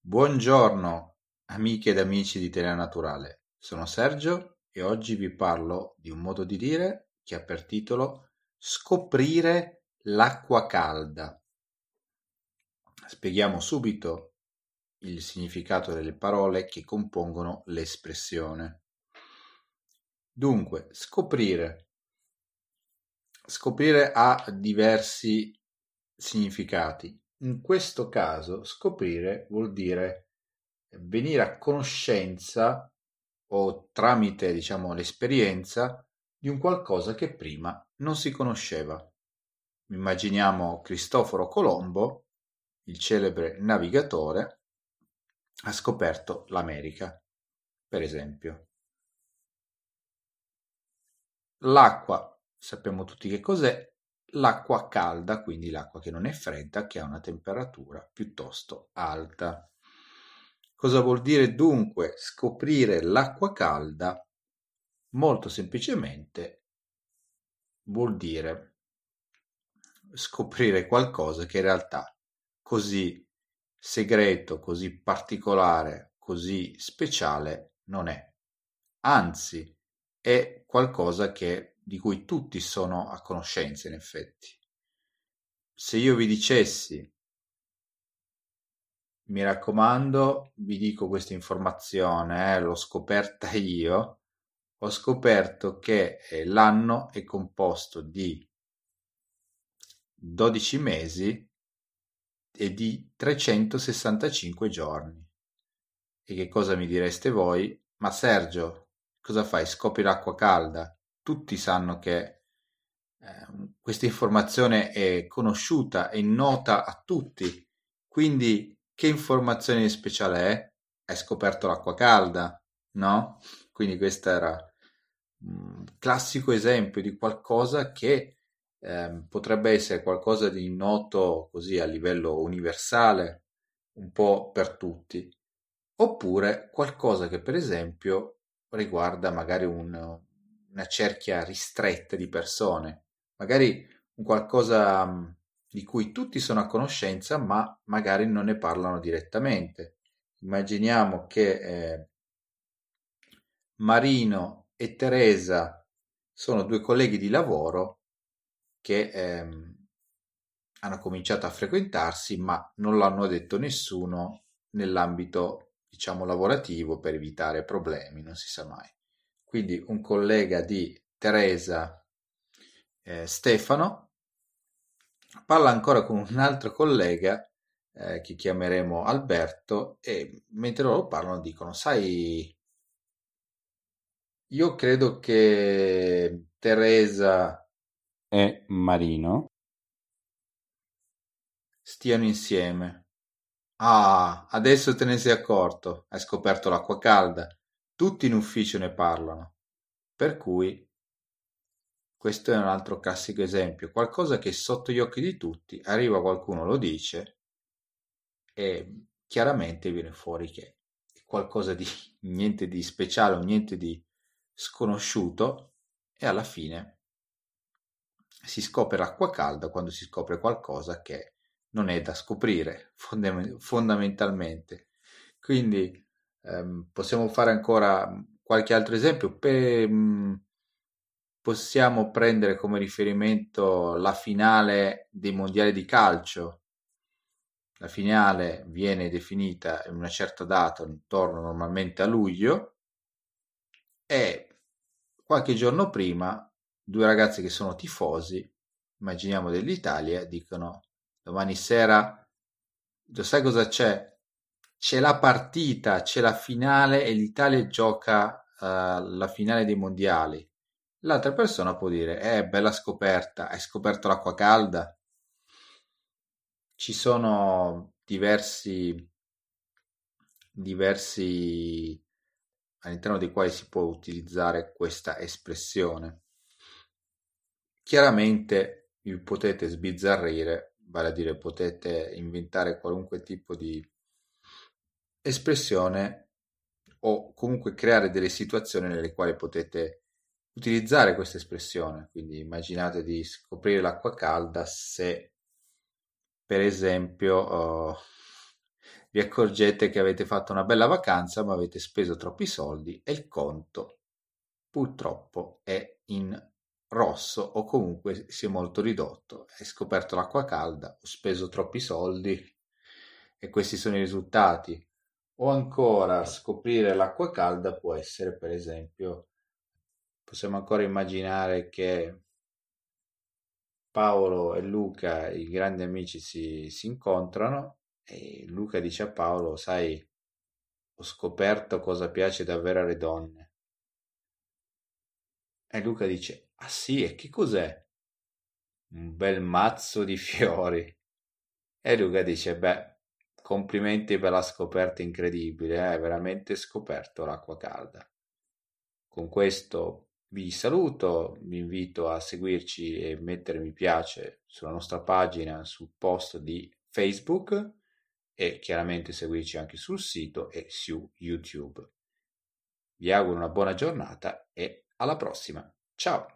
Buongiorno, amiche ed amici di Tele Naturale. Sono Sergio e oggi vi parlo di un modo di dire che ha per titolo scoprire l'acqua calda. Spieghiamo subito il significato delle parole che compongono l'espressione. Dunque, scoprire ha diversi significati. In questo caso, scoprire vuol dire venire a conoscenza o tramite, diciamo, l'esperienza di un qualcosa che prima non si conosceva. Immaginiamo Cristoforo Colombo, il celebre navigatore, ha scoperto l'America, per esempio. L'acqua, sappiamo tutti che cos'è, l'acqua calda, quindi l'acqua che non è fredda, che ha una temperatura piuttosto alta. Cosa vuol dire dunque scoprire l'acqua calda? Molto semplicemente vuol dire scoprire qualcosa che in realtà così segreto, così particolare, così speciale non è. Anzi, è qualcosa di cui tutti sono a conoscenza, in effetti. Se io vi dicessi, mi raccomando, vi dico questa informazione, l'ho scoperta io, ho scoperto che l'anno è composto di 12 mesi e di 365 giorni. E che cosa mi direste voi? Ma Sergio, cosa fai? Scopri l'acqua calda? Tutti sanno che questa informazione è conosciuta e nota a tutti. Quindi, che informazione speciale è? Hai scoperto l'acqua calda, no? Quindi questo era un classico esempio di qualcosa che potrebbe essere qualcosa di noto così a livello universale, un po' per tutti, oppure qualcosa che per esempio riguarda magari una cerchia ristretta di persone, magari un qualcosa di cui tutti sono a conoscenza, ma magari non ne parlano direttamente. Immaginiamo che Marino e Teresa sono due colleghi di lavoro che hanno cominciato a frequentarsi, ma non l'hanno detto nessuno nell'ambito, diciamo, lavorativo per evitare problemi, non si sa mai. Quindi un collega di Teresa, Stefano, parla ancora con un altro collega che chiameremo Alberto e mentre loro parlano dicono, sai, io credo che Teresa e Marino stiano insieme. Ah, adesso te ne sei accorto, hai scoperto l'acqua calda. Tutti in ufficio ne parlano. Per cui questo è un altro classico esempio, qualcosa che è sotto gli occhi di tutti, arriva qualcuno, lo dice e chiaramente viene fuori che è qualcosa di niente di speciale o niente di sconosciuto e alla fine si scopre l'acqua calda quando si scopre qualcosa che non è da scoprire fondamentalmente. Quindi possiamo fare ancora qualche altro esempio. Possiamo prendere come riferimento la finale dei mondiali di calcio. La finale viene definita in una certa data, intorno normalmente a luglio, e qualche giorno prima due ragazzi che sono tifosi, immaginiamo dell'Italia, dicono domani sera, lo sai cosa c'è? C'è la partita, c'è la finale e l'Italia gioca la finale dei mondiali. L'altra persona può dire, bella scoperta, hai scoperto l'acqua calda? Ci sono diversi all'interno dei quali si può utilizzare questa espressione. Chiaramente vi potete sbizzarrire, vale a dire potete inventare qualunque tipo di espressione o comunque creare delle situazioni nelle quali potete utilizzare questa espressione. Quindi immaginate di scoprire l'acqua calda se per esempio vi accorgete che avete fatto una bella vacanza, ma avete speso troppi soldi e il conto purtroppo è in rosso o comunque si è molto ridotto. Hai scoperto l'acqua calda, ho speso troppi soldi e questi sono i risultati. O ancora scoprire l'acqua calda può essere, per esempio, possiamo ancora immaginare che Paolo e Luca, i grandi amici, si incontrano e Luca dice a Paolo, sai, ho scoperto cosa piace davvero alle donne. E Luca dice, ah sì, e che cos'è? Un bel mazzo di fiori. E Luca dice, beh, complimenti per la scoperta incredibile, hai veramente scoperto l'acqua calda. Con questo vi saluto, vi invito a seguirci e mettere mi piace sulla nostra pagina, sul post di Facebook e chiaramente seguirci anche sul sito e su YouTube. Vi auguro una buona giornata e alla prossima. Ciao!